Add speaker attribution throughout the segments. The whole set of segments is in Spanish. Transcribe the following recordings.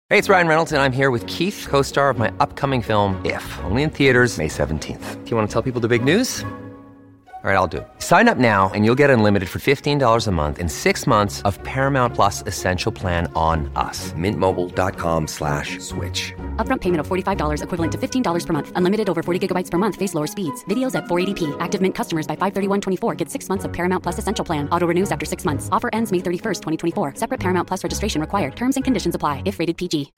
Speaker 1: Hey, it's Ryan Reynolds, and I'm here with Keith, co-star of my upcoming film, If, only in theaters May 17th. Do you want to tell people the big news? All right, I'll do it. Sign up now and you'll get unlimited for $15 a month and 6 months of Paramount Plus Essential Plan on us. MintMobile.com/switch.
Speaker 2: Upfront payment of $45 equivalent to $15 per month. Unlimited over 40 gigabytes per month. Face lower speeds. Videos at 480p. Active Mint customers by 531.24 get 6 months of Paramount Plus Essential Plan. Auto renews after 6 months. Offer ends May 31st, 2024. Separate Paramount Plus registration required. Terms and conditions apply if rated PG.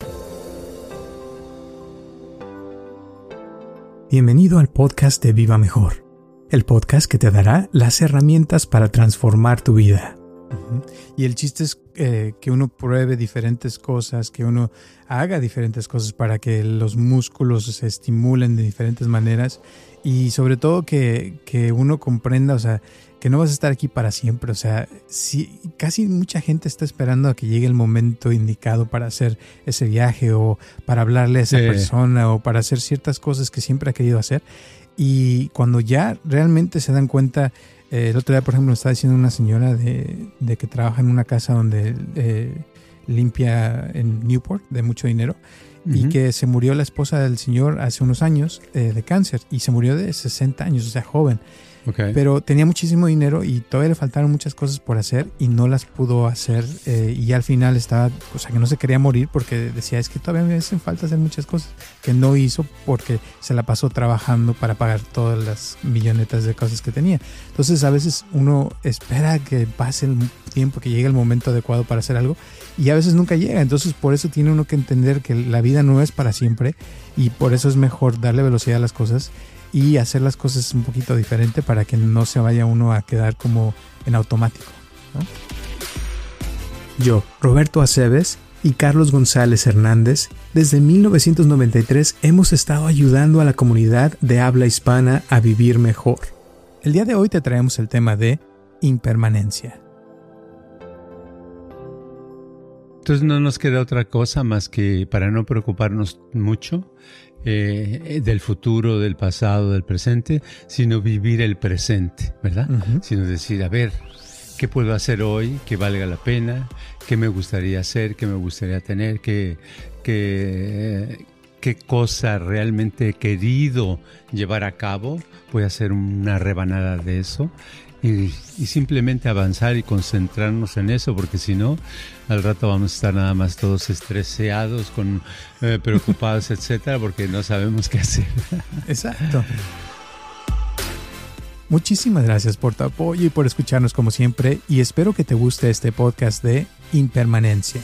Speaker 3: Bienvenido al podcast de Viva Mejor. El podcast que te dará las herramientas para transformar tu vida. Y el chiste es que uno pruebe diferentes cosas, que uno haga diferentes cosas para que los músculos se estimulen de diferentes maneras y sobre todo que uno comprenda, o sea, que no vas a estar aquí para siempre. O sea, casi mucha gente está esperando a que llegue el momento indicado para hacer ese viaje o para hablarle a esa persona o para hacer ciertas cosas que siempre ha querido hacer. Y cuando ya realmente se dan cuenta, el otro día, por ejemplo, me estaba diciendo una señora de que trabaja en una casa donde limpia en Newport de mucho dinero y que se murió la esposa del señor hace unos años de cáncer y se murió de 60 años, o sea, joven. Okay. Pero tenía muchísimo dinero y todavía le faltaron muchas cosas por hacer y no las pudo hacer y al final estaba, o sea, que no se quería morir porque decía, es que todavía me hacen falta hacer muchas cosas que no hizo porque se la pasó trabajando para pagar todas las millonetas de cosas que tenía. Entonces a veces uno espera que pase el tiempo, que llegue el momento adecuado para hacer algo y a veces nunca llega. Entonces por eso tiene uno que entender que la vida no es para siempre y por eso es mejor darle velocidad a las cosas y hacer las cosas un poquito diferente para que no se vaya uno a quedar como en automático, ¿no? Yo, Roberto Aceves y Carlos González Hernández, desde 1993 hemos estado ayudando a la comunidad de habla hispana a vivir mejor. El día de hoy te traemos el tema de impermanencia.
Speaker 4: Entonces no nos queda otra cosa más que, para no preocuparnos mucho del futuro, del pasado, del presente, sino vivir el presente, ¿verdad? Sino decir, a ver, ¿qué puedo hacer hoy que valga la pena? ¿Qué me gustaría hacer? ¿Qué me gustaría tener? ¿Qué cosa realmente he querido llevar a cabo? Voy a hacer una rebanada de eso. Y simplemente avanzar y concentrarnos en eso, porque si no, al rato vamos a estar nada más todos estresados, preocupados, etcétera, porque no sabemos qué hacer.
Speaker 3: Exacto. Muchísimas gracias por tu apoyo y por escucharnos como siempre, y espero que te guste este podcast de Impermanencia.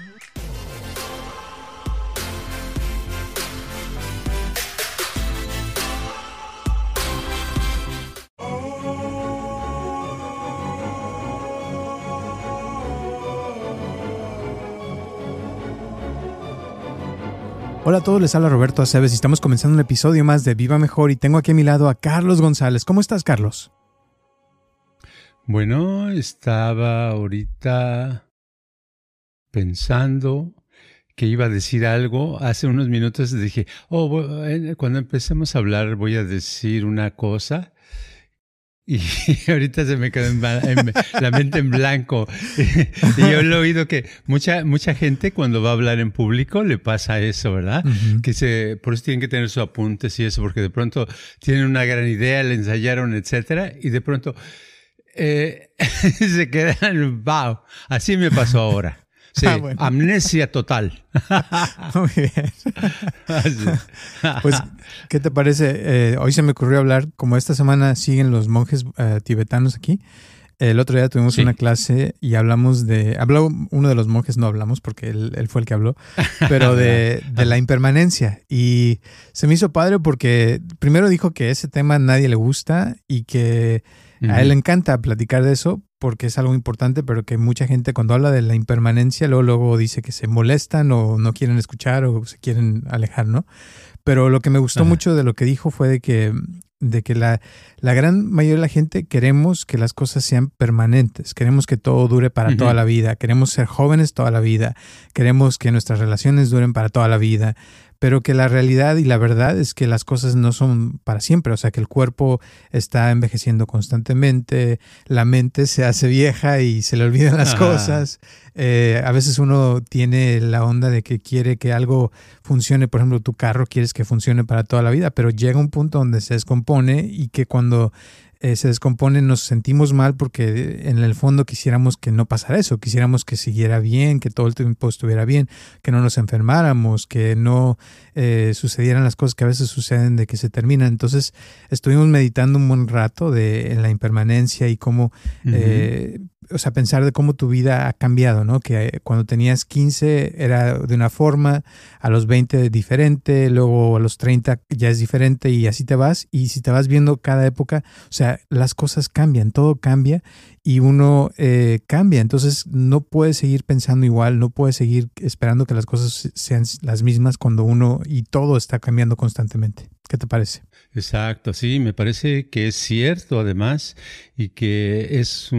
Speaker 3: Hola a todos, les habla Roberto Aceves y estamos comenzando un episodio más de Viva Mejor y tengo aquí a mi lado a Carlos González. ¿Cómo estás, Carlos?
Speaker 4: Bueno, estaba ahorita pensando que iba a decir algo. Hace unos minutos dije, cuando empecemos a hablar voy a decir una cosa. Y ahorita se me quedó la mente en blanco. Y yo he oído que mucha gente cuando va a hablar en público le pasa eso, ¿verdad? Por eso tienen que tener sus apuntes y eso, porque de pronto tienen una gran idea, la ensayaron, etcétera, y de pronto se quedan, wow, así me pasó ahora. Sí, bueno. Amnesia total.
Speaker 3: Muy bien. Pues, ¿qué te parece? Hoy se me ocurrió hablar, como esta semana siguen los monjes tibetanos aquí. El otro día tuvimos una clase y habló uno de los monjes, no hablamos porque él fue el que habló, pero de la impermanencia. Y se me hizo padre porque primero dijo que ese tema a nadie le gusta y que a él le encanta platicar de eso porque es algo importante, pero que mucha gente cuando habla de la impermanencia luego dice que se molestan o no quieren escuchar o se quieren alejar, ¿no? Pero lo que me gustó mucho de lo que dijo fue de que la gran mayoría de la gente queremos que las cosas sean permanentes, queremos que todo dure para toda la vida, queremos ser jóvenes toda la vida, queremos que nuestras relaciones duren para toda la vida, pero que la realidad y la verdad es que las cosas no son para siempre, o sea, que el cuerpo está envejeciendo constantemente, la mente se hace vieja y se le olvidan las cosas. A veces uno tiene la onda de que quiere que algo funcione, por ejemplo, tu carro quieres que funcione para toda la vida, pero llega un punto donde se descompone y que cuando se descompone nos sentimos mal porque en el fondo quisiéramos que no pasara eso, quisiéramos que siguiera bien, que todo el tiempo estuviera bien, que no nos enfermáramos, que no sucedieran las cosas que a veces suceden de que se terminan. Entonces estuvimos meditando un buen rato en la impermanencia y cómo, o sea, pensar de cómo tu vida ha cambiado, ¿no? Que cuando tenías 15 era de una forma, a los 20 diferente, luego a los 30 ya es diferente y así te vas. Y si te vas viendo cada época, o sea, las cosas cambian, todo cambia y uno cambia. Entonces no puedes seguir pensando igual, no puedes seguir esperando que las cosas sean las mismas cuando uno y todo está cambiando constantemente. ¿Qué te parece?
Speaker 4: Exacto, sí, me parece que es cierto además y que es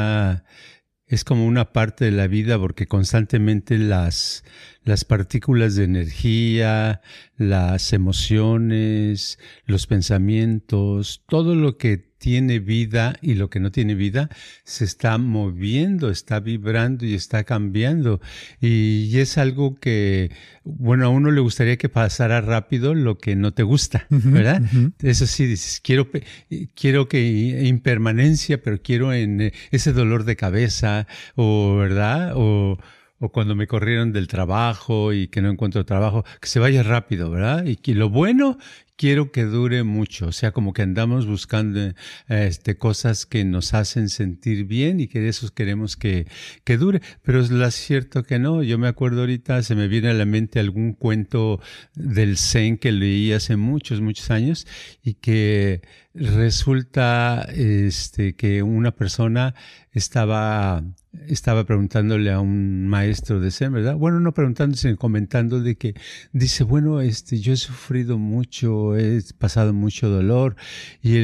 Speaker 4: como una parte de la vida porque constantemente las partículas de energía, las emociones, los pensamientos, todo lo que tiene vida y lo que no tiene vida se está moviendo, está vibrando y está cambiando. Y es algo que, bueno, a uno le gustaría que pasara rápido lo que no te gusta, ¿verdad? Eso sí, dices, quiero que impermanencia, pero quiero en ese dolor de cabeza, o ¿verdad? O cuando me corrieron del trabajo y que no encuentro trabajo, que se vaya rápido, ¿verdad? Y que lo bueno quiero que dure mucho, o sea, como que andamos buscando cosas que nos hacen sentir bien y que de esos queremos que dure, pero es cierto que no. Yo me acuerdo ahorita, se me viene a la mente algún cuento del Zen que leí hace muchos años y que resulta que una persona estaba preguntándole a un maestro de Zen, ¿verdad? Bueno, no preguntando, sino comentando de que dice, bueno, yo he sufrido mucho, he pasado mucho dolor, y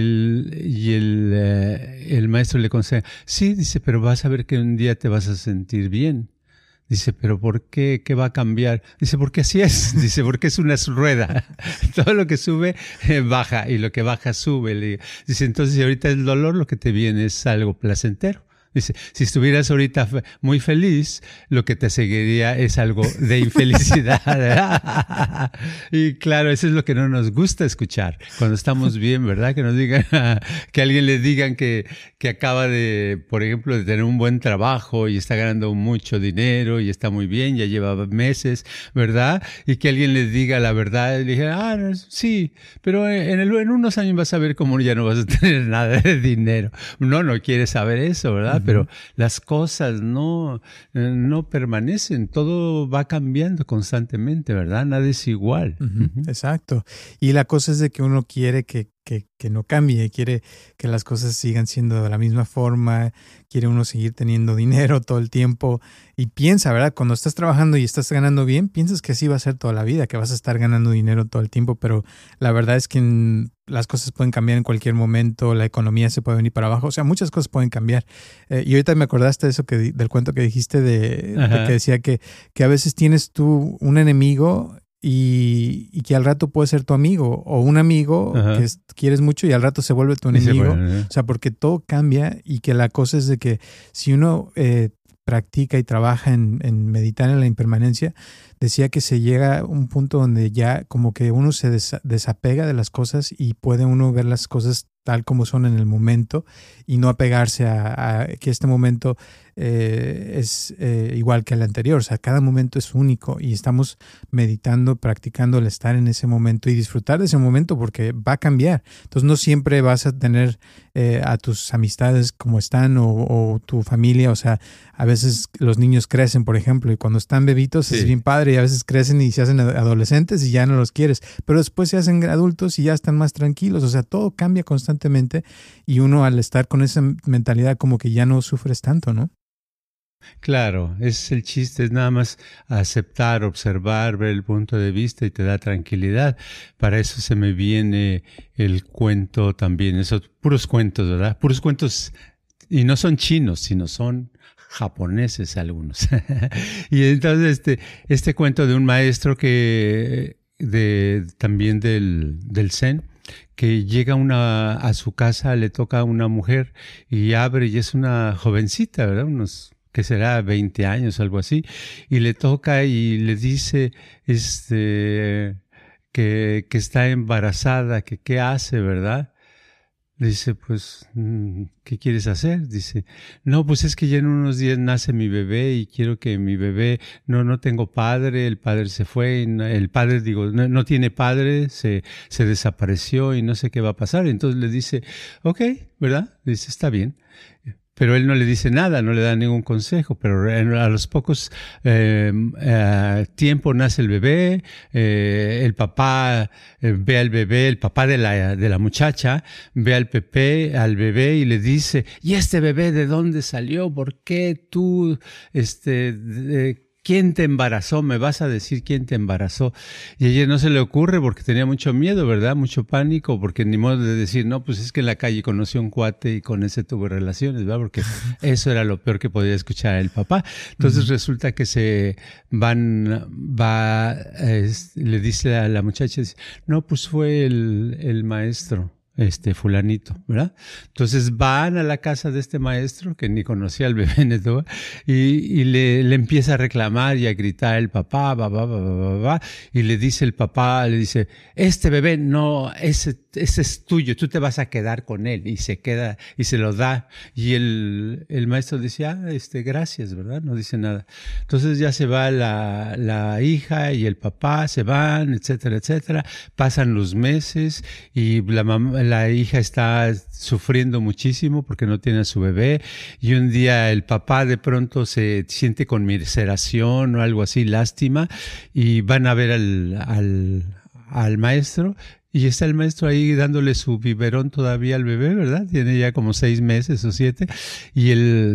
Speaker 4: el maestro le aconseja, sí, dice, pero vas a ver que un día te vas a sentir bien. Dice, ¿pero por qué? ¿Qué va a cambiar? Dice, porque así es. Dice, porque es una rueda. Todo lo que sube, baja, y lo que baja, sube. Dice, entonces, si ahorita el dolor, lo que te viene es algo placentero. Dice, si estuvieras ahorita muy feliz, lo que te seguiría es algo de infelicidad. Y claro, eso es lo que no nos gusta escuchar cuando estamos bien, ¿verdad? Que nos digan, que a alguien le digan que acaba de, por ejemplo, de tener un buen trabajo y está ganando mucho dinero y está muy bien, ya lleva meses, ¿verdad? Y que alguien le diga la verdad y le diga, no, sí, pero en unos años vas a ver cómo ya no vas a tener nada de dinero. No quieres saber eso, ¿verdad? Pero las cosas no permanecen, todo va cambiando constantemente, ¿verdad? Nada es igual.
Speaker 3: Exacto. Y la cosa es de que uno quiere que no cambie, quiere que las cosas sigan siendo de la misma forma, quiere uno seguir teniendo dinero todo el tiempo y piensa, ¿verdad? Cuando estás trabajando y estás ganando bien, piensas que así va a ser toda la vida, que vas a estar ganando dinero todo el tiempo, pero la verdad es que las cosas pueden cambiar en cualquier momento, la economía se puede venir para abajo, o sea, muchas cosas pueden cambiar. Y ahorita me acordaste de eso del cuento que dijiste de que decía que a veces tienes tú un enemigo y que al rato puede ser tu amigo o un amigo que quieres mucho y al rato se vuelve tu enemigo. O sea, porque todo cambia y que la cosa es de que si uno practica y trabaja en meditar en la impermanencia, decía que se llega a un punto donde ya como que uno se desapega de las cosas y puede uno ver las cosas tal como son en el momento y no apegarse a que este momento es igual que el anterior. O sea, cada momento es único y estamos meditando, practicando el estar en ese momento y disfrutar de ese momento porque va a cambiar. Entonces no siempre vas a tener a tus amistades como están o tu familia. O sea, a veces los niños crecen, por ejemplo, y cuando están bebitos es bien padre y a veces crecen y se hacen adolescentes y ya no los quieres. Pero después se hacen adultos y ya están más tranquilos. O sea, todo cambia constantemente y uno al estar con esa mentalidad como que ya no sufres tanto, ¿no?
Speaker 4: Claro, es el chiste, es nada más aceptar, observar, ver el punto de vista y te da tranquilidad. Para eso se me viene el cuento también, esos puros cuentos, ¿verdad? Puros cuentos, y no son chinos, sino son japoneses algunos. Y entonces este cuento de un maestro que también del Zen, que llega a su casa, le toca a una mujer y abre y es una jovencita, ¿verdad? Que será 20 años, algo así, y le toca y le dice que está embarazada, que qué hace, ¿verdad? Dice, pues, ¿qué quieres hacer? Dice, no, pues es que ya en unos días nace mi bebé y quiero que mi bebé, no tengo padre, el padre se fue, el padre, no tiene padre, se desapareció y no sé qué va a pasar. Entonces le dice, ok, ¿verdad? Dice, está bien. Pero él no le dice nada, no le da ningún consejo, pero a los pocos tiempo nace el bebé, el papá ve al bebé, el papá de la muchacha ve al bebé y le dice, ¿y este bebé de dónde salió? ¿Por qué tú, ¿quién te embarazó? Me vas a decir quién te embarazó. Y a ella no se le ocurre porque tenía mucho miedo, ¿verdad? Mucho pánico, porque ni modo de decir, no, pues es que en la calle conoció un cuate y con ese tuvo relaciones, ¿verdad? Porque eso era lo peor que podía escuchar el papá. Entonces resulta que le dice a la muchacha, no, pues fue el maestro. Fulanito, ¿verdad? Entonces van a la casa de este maestro que ni conocía al bebé y le empieza a reclamar y a gritar el papá, y le dice el papá, este bebé no, ese es tuyo, tú te vas a quedar con él, y se queda y se lo da, y el maestro dice, gracias, ¿verdad? No dice nada. Entonces ya se va la hija y el papá, se van, etcétera, etcétera, pasan los meses y la hija está sufriendo muchísimo porque no tiene a su bebé, y un día el papá de pronto se siente conmiseración o algo así, lástima, y van a ver al maestro, y está el maestro ahí dándole su biberón todavía al bebé, ¿verdad? Tiene ya como 6 meses o 7, y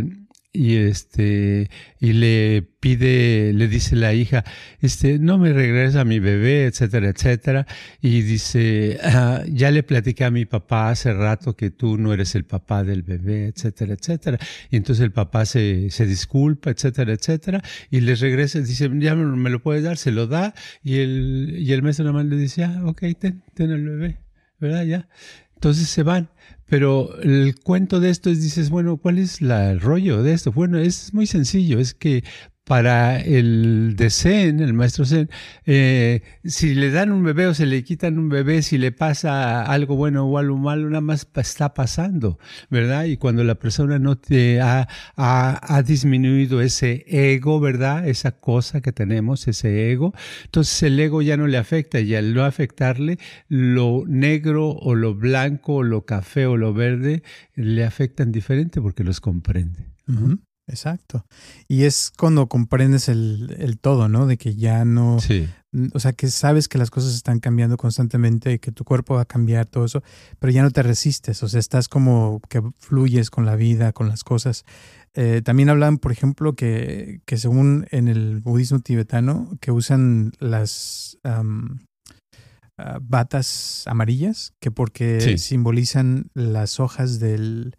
Speaker 4: le dice la hija, no me regresa a mi bebé, etcétera, etcétera. Y dice, ya le platiqué a mi papá hace rato que tú no eres el papá del bebé, etcétera, etcétera. Y entonces el papá se disculpa, etcétera, etcétera. Y le regresa, dice, ya me lo puedes dar, se lo da. Y el maestro nada más le dice, ok, ten el bebé, ¿verdad? Ya. Entonces se van. Pero el cuento de esto dices, bueno, ¿cuál es el rollo de esto? Bueno, es muy sencillo, es que para el Zen, el maestro Zen, si le dan un bebé o se le quitan un bebé, si le pasa algo bueno o algo malo, nada más está pasando, ¿verdad? Y cuando la persona no te ha disminuido ese ego, ¿verdad? Esa cosa que tenemos, ese ego, entonces el ego ya no le afecta, y al no afectarle, lo negro o lo blanco o lo café o lo verde le afectan diferente porque los comprende.
Speaker 3: Uh-huh. Exacto. Y es cuando comprendes el todo, ¿no? De que ya no...
Speaker 4: Sí.
Speaker 3: O sea, que sabes que las cosas están cambiando constantemente y que tu cuerpo va a cambiar, todo eso, pero ya no te resistes. O sea, estás como que fluyes con la vida, con las cosas. También hablan, por ejemplo, que según en el budismo tibetano, que usan las batas amarillas, que porque simbolizan las hojas del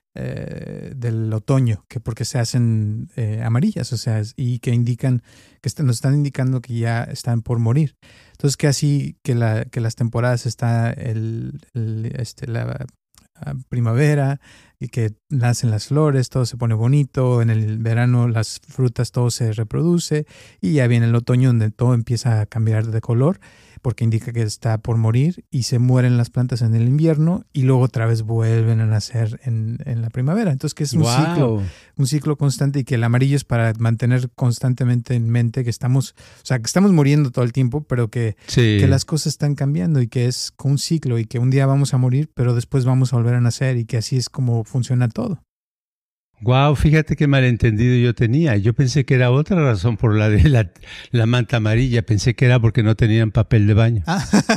Speaker 3: otoño, que porque se hacen amarillas, o sea, y que indican, nos están indicando que ya están por morir. Entonces, que así que las temporadas está la primavera, y que nacen las flores, todo se pone bonito, en el verano las frutas, todo se reproduce, y ya viene el otoño donde todo empieza a cambiar de color, porque indica que está por morir, y se mueren las plantas en el invierno y luego otra vez vuelven a nacer en la primavera. Entonces, que es un ciclo constante, y que el amarillo es para mantener constantemente en mente que estamos muriendo todo el tiempo, pero que las cosas están cambiando, y que es un ciclo, y que un día vamos a morir, pero después vamos a volver a nacer, y que así es como funciona todo.
Speaker 4: Wow, fíjate qué malentendido yo tenía. Yo pensé que era otra razón por la de la manta amarilla. Pensé que era porque no tenían papel de baño.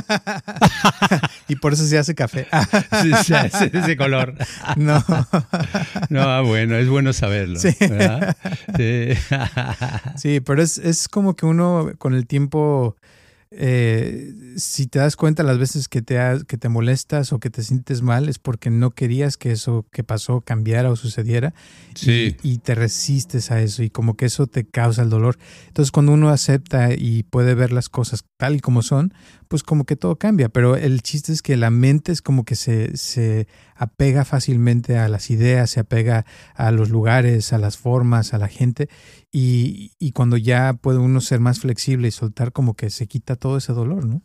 Speaker 3: Y por eso se hace café.
Speaker 4: Sí, se hace de ese color.
Speaker 3: No.
Speaker 4: No, bueno, es bueno saberlo.
Speaker 3: Sí.
Speaker 4: ¿Verdad? Sí.
Speaker 3: Sí, pero es como que uno con el tiempo si te das cuenta las veces que te molestas o que te sientes mal es porque no querías que eso que pasó cambiara o sucediera.
Speaker 4: Sí.
Speaker 3: Y te resistes a eso y como que eso te causa el dolor. Entonces cuando uno acepta y puede ver las cosas tal y como son, pues como que todo cambia. Pero el chiste es que la mente es como que se apega fácilmente a las ideas, se apega a los lugares, a las formas, a la gente. Y cuando ya puede uno ser más flexible y soltar, como que se quita todo ese dolor, ¿no?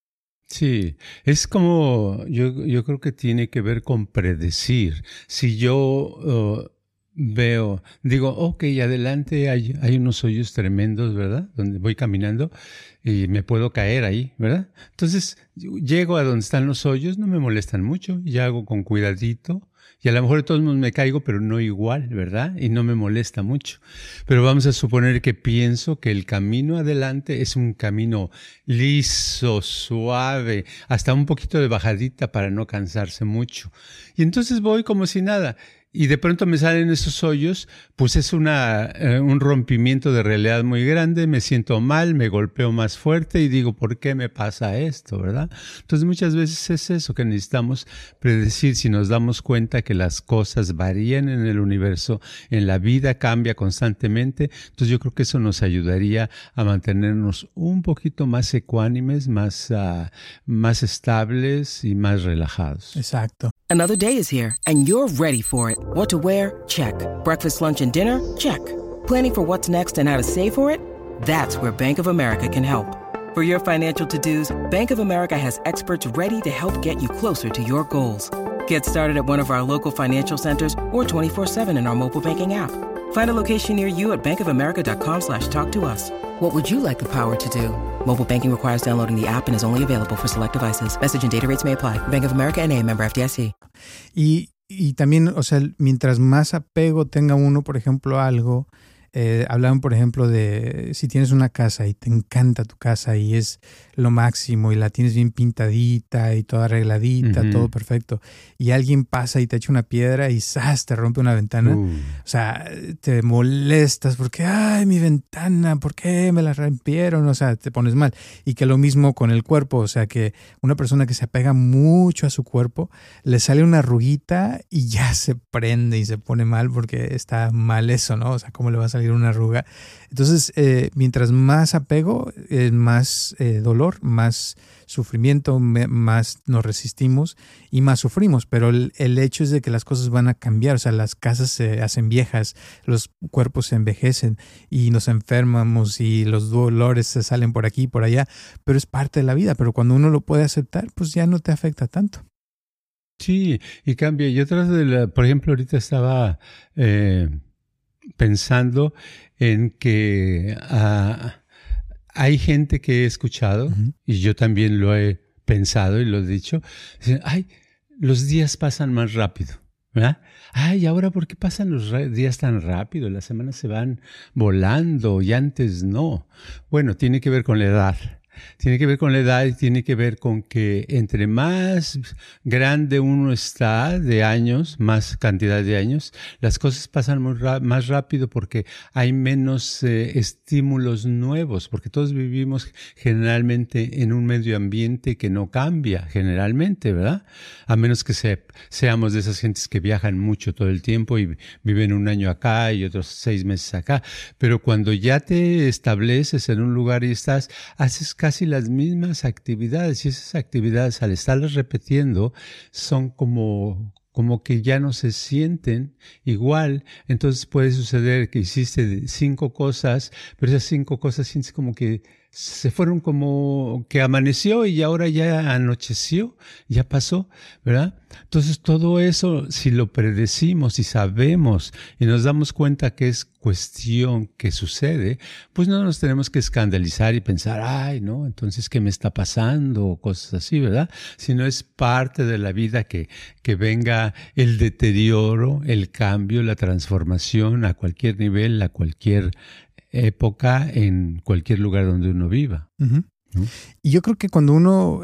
Speaker 4: Sí, es como, yo creo que tiene que ver con predecir. Si yo digo, ok, adelante hay unos hoyos tremendos, ¿verdad? Donde voy caminando y me puedo caer ahí, ¿verdad? Entonces, llego a donde están los hoyos, no me molestan mucho, y hago con cuidadito. Y a lo mejor de todos modos me caigo, pero no igual, ¿verdad? Y no me molesta mucho. Pero vamos a suponer que pienso que el camino adelante es un camino liso, suave, hasta un poquito de bajadita para no cansarse mucho. Y entonces voy como si nada. Y de pronto me salen esos hoyos, pues es un rompimiento de realidad muy grande, me siento mal, me golpeo más fuerte y digo, ¿por qué me pasa esto, verdad? Entonces muchas veces es eso que necesitamos predecir. Si nos damos cuenta que las cosas varían en el universo, en la vida cambia constantemente, entonces yo creo que eso nos ayudaría a mantenernos un poquito más ecuánimes, más estables y más relajados.
Speaker 3: Exacto.
Speaker 5: Another day is here, and you're ready for it. What to wear? Check. Breakfast, lunch, and dinner? Check. Planning for what's next and how to save for it? That's where Bank of America can help. For your financial to-dos, Bank of America has experts ready to help get you closer to your goals. Get started at one of our local financial centers or 24/7 in our mobile banking app. Find a location near you at bankofamerica.com/talktous. What would you like the power to do? Mobile banking requires downloading the app and is only available for select devices. Message and data rates may apply. Bank of America N.A., member FDIC.
Speaker 3: Y también, o sea, mientras más apego tenga uno, por ejemplo, a algo, hablaban, por ejemplo, de si tienes una casa y te encanta tu casa y es lo máximo y la tienes bien pintadita y toda arregladita, todo perfecto, y alguien pasa y te echa una piedra y ¡zas!, te rompe una ventana. O sea, te molestas porque, ¡ay, mi ventana! ¿Por qué me la rompieron? O sea, te pones mal. Y que lo mismo con el cuerpo, o sea, que una persona que se apega mucho a su cuerpo, le sale una arruguita y ya se prende y se pone mal porque está mal eso, ¿no? O sea, ¿cómo le va a salir una arruga? Entonces, mientras más apego, más dolor, más sufrimiento, más nos resistimos y más sufrimos. Pero el hecho es de que las cosas van a cambiar. O sea, las casas se hacen viejas, los cuerpos se envejecen y nos enfermamos y los dolores se salen por aquí y por allá. Pero es parte de la vida. Pero cuando uno lo puede aceptar, pues ya no te afecta tanto.
Speaker 4: Sí, y cambia. Yo por ejemplo, ahorita estaba pensando en que hay gente que he escuchado, y yo también lo he pensado y lo he dicho, dicen, ay, los días pasan más rápido, ¿verdad? Ay, ahora ¿por qué pasan los días tan rápido? Las semanas se van volando y antes no. Bueno, tiene que ver con la edad. Tiene que ver con la edad y tiene que ver con que entre más grande uno está de años, más cantidad de años, las cosas pasan más rápido porque hay menos estímulos nuevos, porque todos vivimos generalmente en un medio ambiente que no cambia generalmente, ¿verdad? A menos que seamos de esas gentes que viajan mucho todo el tiempo y viven un año acá y otros 6 meses acá. Pero cuando ya te estableces en un lugar y haces casi las mismas actividades, y esas actividades al estarlas repitiendo son como que ya no se sienten igual. Entonces puede suceder que hiciste 5 cosas, pero esas 5 cosas sientes como que se fueron, como que amaneció y ahora ya anocheció, ya pasó, ¿verdad? Entonces todo eso, si lo predecimos y sabemos y nos damos cuenta que es cuestión que sucede, pues no nos tenemos que escandalizar y pensar, ay, no, entonces ¿qué me está pasando? O cosas así, ¿verdad? Sino es parte de la vida que venga el deterioro, el cambio, la transformación a cualquier nivel, a cualquier época, en cualquier lugar donde uno viva.
Speaker 3: Uh-huh. ¿No? Y yo creo que cuando uno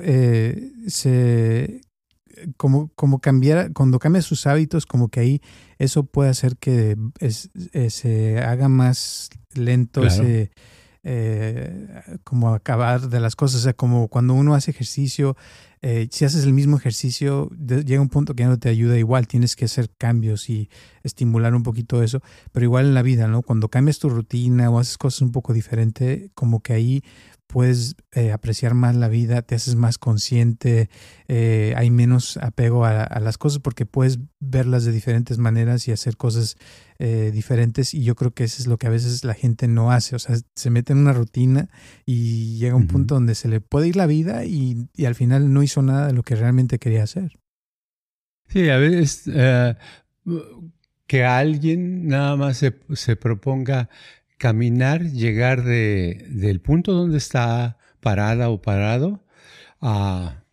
Speaker 3: cuando cambia sus hábitos, como que ahí eso puede hacer que se haga más lento, claro, como acabar de las cosas. O sea, como cuando uno hace ejercicio, si haces el mismo ejercicio, llega un punto que ya no te ayuda igual. Tienes que hacer cambios y estimular un poquito eso. Pero igual en la vida, ¿no? Cuando cambias tu rutina o haces cosas un poco diferente, como que ahí puedes apreciar más la vida, te haces más consciente, hay menos apego a las cosas porque puedes verlas de diferentes maneras y hacer cosas diferentes, y yo creo que eso es lo que a veces la gente no hace. O sea, se mete en una rutina y llega un punto donde se le puede ir la vida y al final no hizo nada de lo que realmente quería hacer.
Speaker 4: Sí, a veces que alguien nada más se proponga caminar, llegar del punto donde está parada o parado a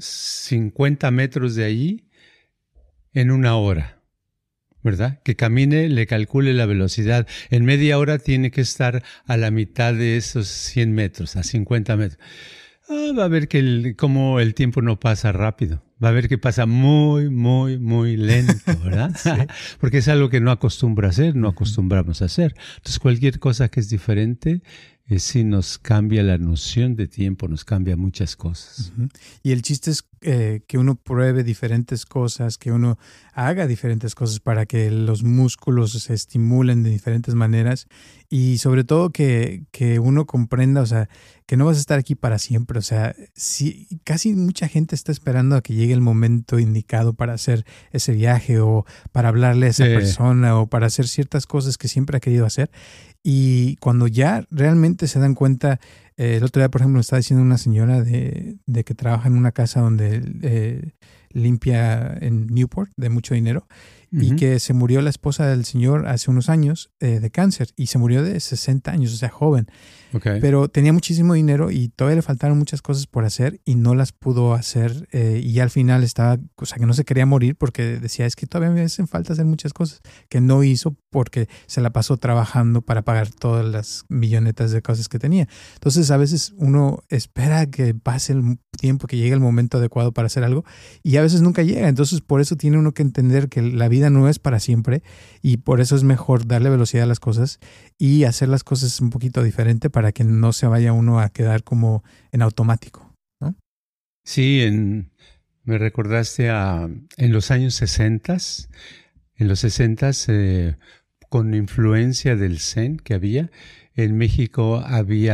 Speaker 4: 50 metros de allí en 1 hora, ¿verdad? Que camine, le calcule la velocidad. En media hora tiene que estar a la mitad de esos 100 metros, a 50 metros. Va a ver que como el tiempo no pasa rápido. Va a ver que pasa muy, muy, muy lento, ¿verdad? Sí. Porque es algo que no acostumbra a hacer, no acostumbramos a hacer. Entonces, cualquier cosa que es diferente, sí nos cambia la noción de tiempo, nos cambia muchas cosas.
Speaker 3: Y el chiste es que uno pruebe diferentes cosas, que uno haga diferentes cosas para que los músculos se estimulen de diferentes maneras, y sobre todo que uno comprenda, o sea, que no vas a estar aquí para siempre. O sea, sí, casi mucha gente está esperando a que llegue el momento indicado para hacer ese viaje o para hablarle a esa persona o para hacer ciertas cosas que siempre ha querido hacer. Y cuando ya realmente se dan cuenta, el otro día, por ejemplo, me estaba diciendo una señora de que trabaja en una casa donde limpia en Newport de mucho dinero, y que se murió la esposa del señor hace unos años de cáncer, y se murió de 60 años, o sea, joven. Okay. Pero tenía muchísimo dinero y todavía le faltaron muchas cosas por hacer y no las pudo hacer, y ya al final estaba, o sea, que no se quería morir porque decía, es que todavía me hacen falta hacer muchas cosas que no hizo porque se la pasó trabajando para pagar todas las millonetas de cosas que tenía. Entonces a veces uno espera que pase el tiempo, que llegue el momento adecuado para hacer algo, y a veces nunca llega. Entonces por eso tiene uno que entender que la vida no es para siempre, y por eso es mejor darle velocidad a las cosas y hacer las cosas un poquito diferente para que no se vaya uno a quedar como en automático, ¿no?
Speaker 4: Sí, me recordaste en los años 60, en los 60, con influencia del Zen que había, en México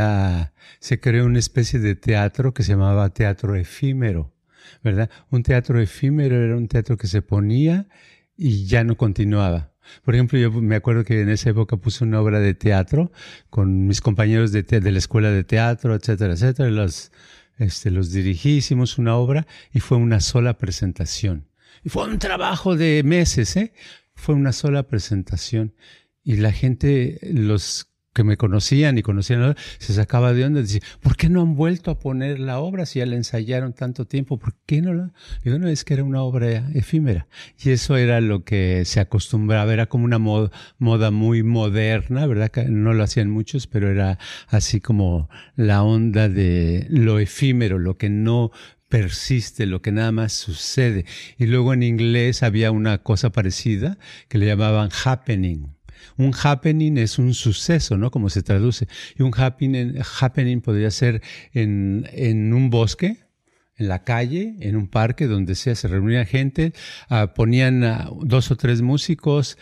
Speaker 4: se creó una especie de teatro que se llamaba teatro efímero, ¿verdad? Un teatro efímero era un teatro que se ponía y ya no continuaba. Por ejemplo, yo me acuerdo que en esa época puse una obra de teatro con mis compañeros de la escuela de teatro, etcétera, etcétera. Los dirigí, hicimos una obra y fue una sola presentación. Y fue un trabajo de meses, Fue una sola presentación. Y la gente, los que me conocían y conocían, se sacaba de onda y decía, ¿por qué no han vuelto a poner la obra si ya la ensayaron tanto tiempo? ¿Por qué no la...? Digo, no, es que era una obra efímera. Y eso era lo que se acostumbraba, era como una moda muy moderna, ¿verdad? No lo hacían muchos, pero era así como la onda de lo efímero, lo que no persiste, lo que nada más sucede. Y luego en inglés había una cosa parecida que le llamaban happening. Un happening es un suceso, ¿no? Como se traduce. Y un happening podría ser en un bosque, en la calle, en un parque, donde sea, se reunía gente, ponían 2 o 3 músicos,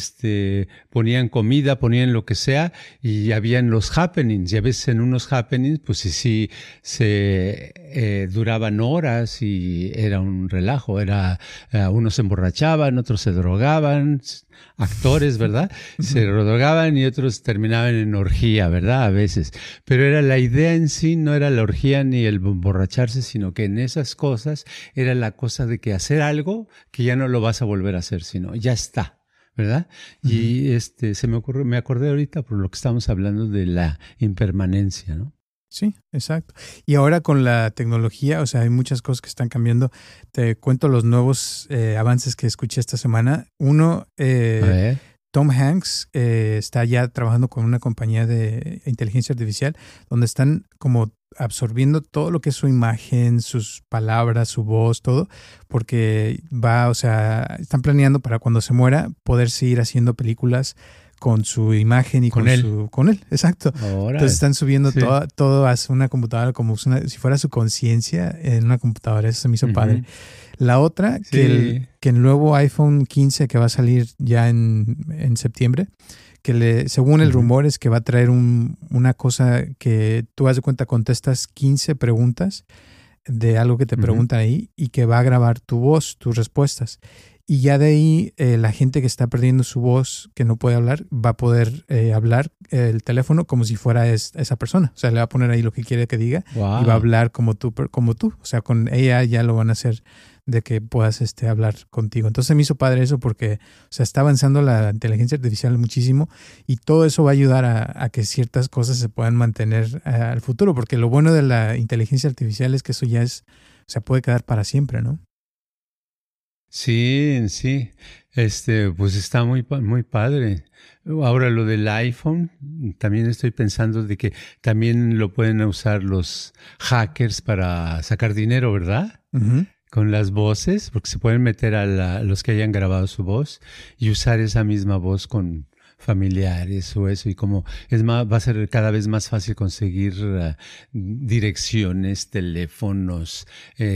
Speaker 4: ponían comida, ponían lo que sea, y habían los happenings. Y a veces en unos happenings, pues sí, duraban horas y era un relajo. Unos se emborrachaban, otros se drogaban, actores, ¿verdad? Se drogaban y otros terminaban en orgía, ¿verdad? A veces. Pero era la idea en sí, no era la orgía ni el emborracharse, sino que en esas cosas era la cosa de que hacer algo que ya no lo vas a volver a hacer, sino ya está, ¿verdad? Uh-huh. Y me acordé ahorita por lo que estamos hablando de la impermanencia, ¿no?
Speaker 3: Sí, exacto. Y ahora con la tecnología, o sea, hay muchas cosas que están cambiando. Te cuento los nuevos avances que escuché esta semana. Uno, Tom Hanks está ya trabajando con una compañía de inteligencia artificial donde están como absorbiendo todo lo que es su imagen, sus palabras, su voz, todo, porque están planeando para cuando se muera poder seguir haciendo películas con su imagen y con
Speaker 4: él.
Speaker 3: Con él, exacto.
Speaker 4: Órale.
Speaker 3: Entonces están subiendo
Speaker 4: Sí.
Speaker 3: todo a una computadora como si fuera su conciencia en una computadora. Eso se me hizo padre. La otra,
Speaker 4: Sí.
Speaker 3: que el nuevo iPhone 15 que va a salir ya en septiembre, según el rumor es que va a traer una cosa que tú haz de cuenta, contestas 15 preguntas de algo que te preguntan ahí y que va a grabar tu voz, tus respuestas. Y ya de ahí la gente que está perdiendo su voz, que no puede hablar, va a poder hablar el teléfono como si fuera esa persona. O sea, le va a poner ahí lo que quiere que diga y va a hablar como tú. O sea, con ella ya lo van a hacer de que puedas hablar contigo. Entonces me hizo padre eso porque está avanzando la inteligencia artificial muchísimo y todo eso va a ayudar a que ciertas cosas se puedan mantener al futuro, porque lo bueno de la inteligencia artificial es que eso ya puede quedar para siempre, ¿no?
Speaker 4: Sí, sí. Pues está muy padre. Ahora lo del iPhone, también estoy pensando de que también lo pueden usar los hackers para sacar dinero, ¿verdad? Uh-huh. Con las voces, porque se pueden meter a los que hayan grabado su voz y usar esa misma voz con familiares o eso, y como va a ser cada vez más fácil conseguir direcciones, teléfonos,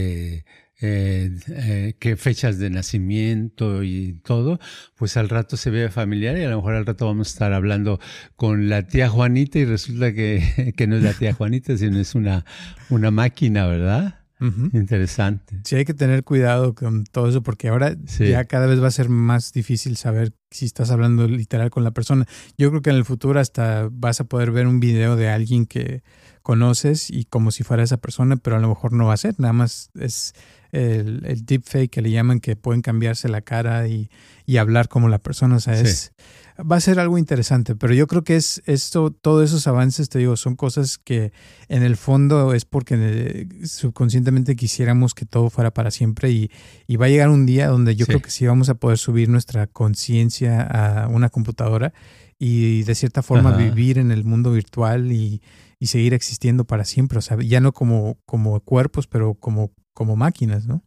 Speaker 4: qué fechas de nacimiento y todo, pues al rato se ve familiar y a lo mejor al rato vamos a estar hablando con la tía Juanita y resulta que no es la tía Juanita, sino es una máquina, ¿verdad? Uh-huh. Interesante.
Speaker 3: Sí, hay que tener cuidado con todo eso porque ahora ya cada vez va a ser más difícil saber si estás hablando literal con la persona. Yo creo que en el futuro hasta vas a poder ver un video de alguien que conoces y como si fuera esa persona, pero a lo mejor no va a ser, nada más es el deepfake que le llaman, que pueden cambiarse la cara y hablar como la persona. O sea, va a ser algo interesante, pero yo creo que todos esos avances, te digo, son cosas que en el fondo es porque subconscientemente quisiéramos que todo fuera para siempre y va a llegar un día donde yo creo que sí vamos a poder subir nuestra conciencia a una computadora y de cierta forma vivir en el mundo virtual y seguir existiendo para siempre. O sea, ya no como cuerpos, pero como máquinas, ¿no?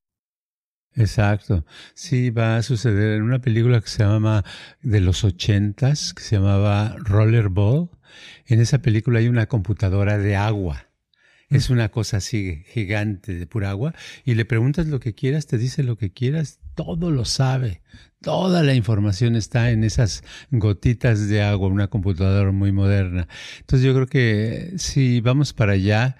Speaker 4: Exacto. Sí, va a suceder en una película que se llama de los 80s, que se llamaba Rollerball. En esa película hay una computadora de agua. Es una cosa así gigante de pura agua y le preguntas lo que quieras, te dice lo que quieras, todo lo sabe. Toda la información está en esas gotitas de agua, una computadora muy moderna. Entonces yo creo que sí, vamos para allá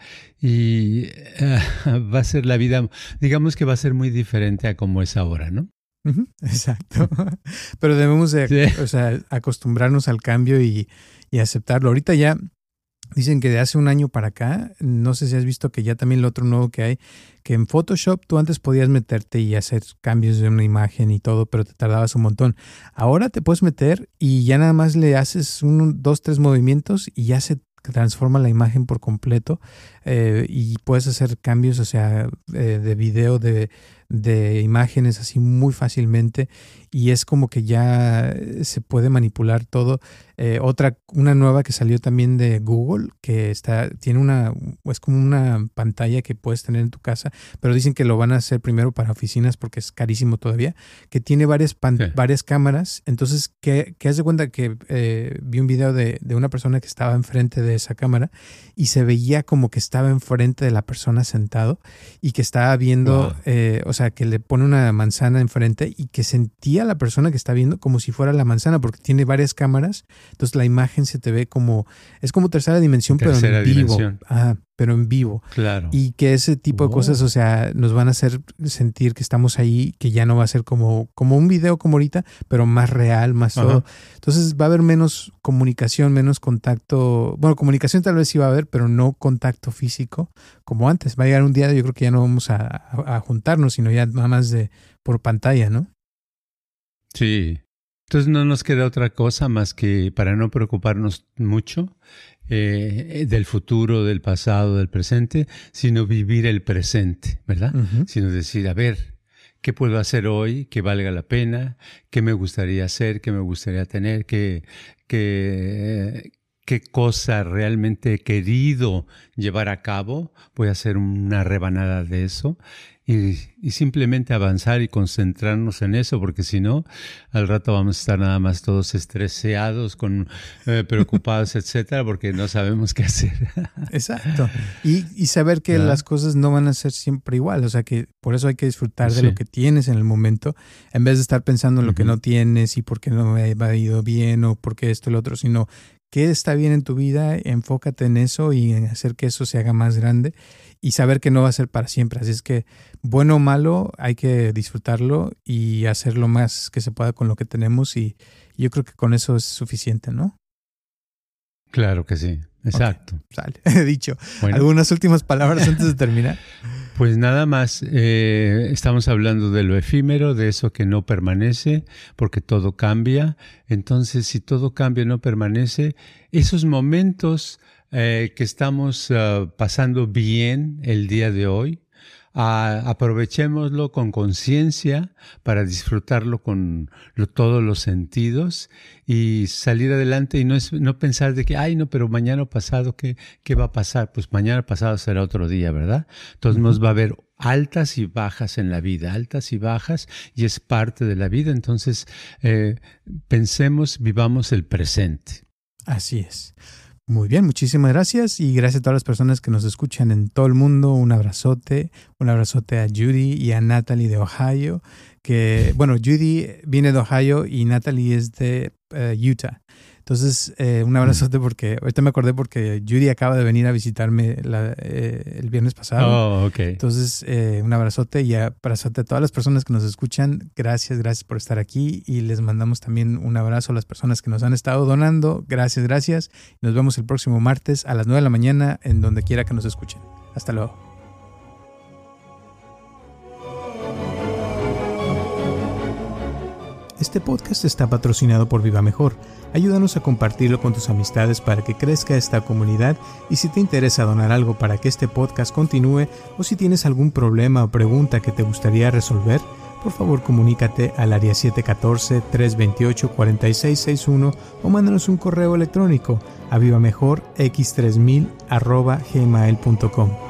Speaker 4: y va a ser la vida, digamos que va a ser muy diferente a como es ahora, ¿no?
Speaker 3: Uh-huh, exacto. Pero debemos acostumbrarnos al cambio y aceptarlo. Ahorita ya dicen que de hace un año para acá, no sé si has visto que ya también lo otro nuevo que hay, que en Photoshop tú antes podías meterte y hacer cambios de una imagen y todo, pero te tardabas un montón. Ahora te puedes meter y ya nada más le haces 1, 2, 3 movimientos y ya se transforma la imagen por completo y puedes hacer cambios, de video, de imágenes así muy fácilmente y es como que ya se puede manipular todo. Una nueva que salió también de Google que tiene es como una pantalla que puedes tener en tu casa, pero dicen que lo van a hacer primero para oficinas porque es carísimo todavía, que tiene varias cámaras. Entonces, que haz de cuenta que vi un video de una persona que estaba enfrente de esa cámara y se veía como que estaba enfrente de la persona sentado y que estaba viendo, que le pone una manzana enfrente y que sentía la persona que está viendo como si fuera la manzana porque tiene varias cámaras. Entonces la imagen se te ve es como tercera dimensión, pero en vivo. Pero en vivo.
Speaker 4: Claro.
Speaker 3: Y que ese tipo de cosas, nos van a hacer sentir que estamos ahí, que ya no va a ser como un video como ahorita, pero más real, más todo. Entonces va a haber menos comunicación, menos contacto. Bueno, comunicación tal vez sí va a haber, pero no contacto físico como antes. Va a llegar un día, yo creo que ya no vamos a juntarnos, sino ya nada más por pantalla, ¿no?
Speaker 4: Sí. Entonces no nos queda otra cosa más que para no preocuparnos mucho del futuro, del pasado, del presente, sino vivir el presente, ¿verdad? Uh-huh. Sino decir, a ver, ¿qué puedo hacer hoy que valga la pena? ¿Qué me gustaría hacer? ¿Qué me gustaría tener? ¿Qué qué cosa realmente he querido llevar a cabo, voy a hacer una rebanada de eso y simplemente avanzar y concentrarnos en eso, porque si no, al rato vamos a estar nada más todos estresados, preocupados, etcétera, porque no sabemos qué hacer.
Speaker 3: Exacto. Y saber que las cosas no van a ser siempre igual, o sea que por eso hay que disfrutar de lo que tienes en el momento, en vez de estar pensando en lo que no tienes y por qué no me ha ido bien o por qué esto y lo otro, sino qué está bien en tu vida, enfócate en eso y en hacer que eso se haga más grande y saber que no va a ser para siempre. Así es que, bueno o malo, hay que disfrutarlo y hacer lo más que se pueda con lo que tenemos y yo creo que con eso es suficiente, ¿no?
Speaker 4: Claro que sí, exacto.
Speaker 3: Okay, sale, dicho. Bueno. ¿Algunas últimas palabras antes de terminar?
Speaker 4: Pues nada más, estamos hablando de lo efímero, de eso que no permanece, porque todo cambia. Entonces, si todo cambia y no permanece, esos momentos que estamos pasando bien el día de hoy, aprovechémoslo con conciencia para disfrutarlo con todos los sentidos y salir adelante y no pensar de que, ay, no, pero mañana pasado, ¿qué va a pasar? Pues mañana pasado será otro día, ¿verdad? Entonces nos va a haber altas y bajas en la vida, altas y bajas, y es parte de la vida. Entonces, pensemos, vivamos el presente.
Speaker 3: Así es. Muy bien, muchísimas gracias y gracias a todas las personas que nos escuchan en todo el mundo. Un abrazote a Judy y a Natalie de Ohio. Judy viene de Ohio y Natalie es de Utah. Entonces, un abrazote porque ahorita me acordé porque Judy acaba de venir a visitarme el viernes pasado.
Speaker 4: Oh, ok.
Speaker 3: Entonces, un abrazote y abrazote a todas las personas que nos escuchan. Gracias por estar aquí y les mandamos también un abrazo a las personas que nos han estado donando. Gracias. Nos vemos el próximo martes a las 9 de la mañana en donde quiera que nos escuchen. Hasta luego. Este podcast está patrocinado por Viva Mejor. Ayúdanos a compartirlo con tus amistades para que crezca esta comunidad y si te interesa donar algo para que este podcast continúe o si tienes algún problema o pregunta que te gustaría resolver, por favor comunícate al área 714-328-4661 o mándanos un correo electrónico a vivamejorx3000@gmail.com.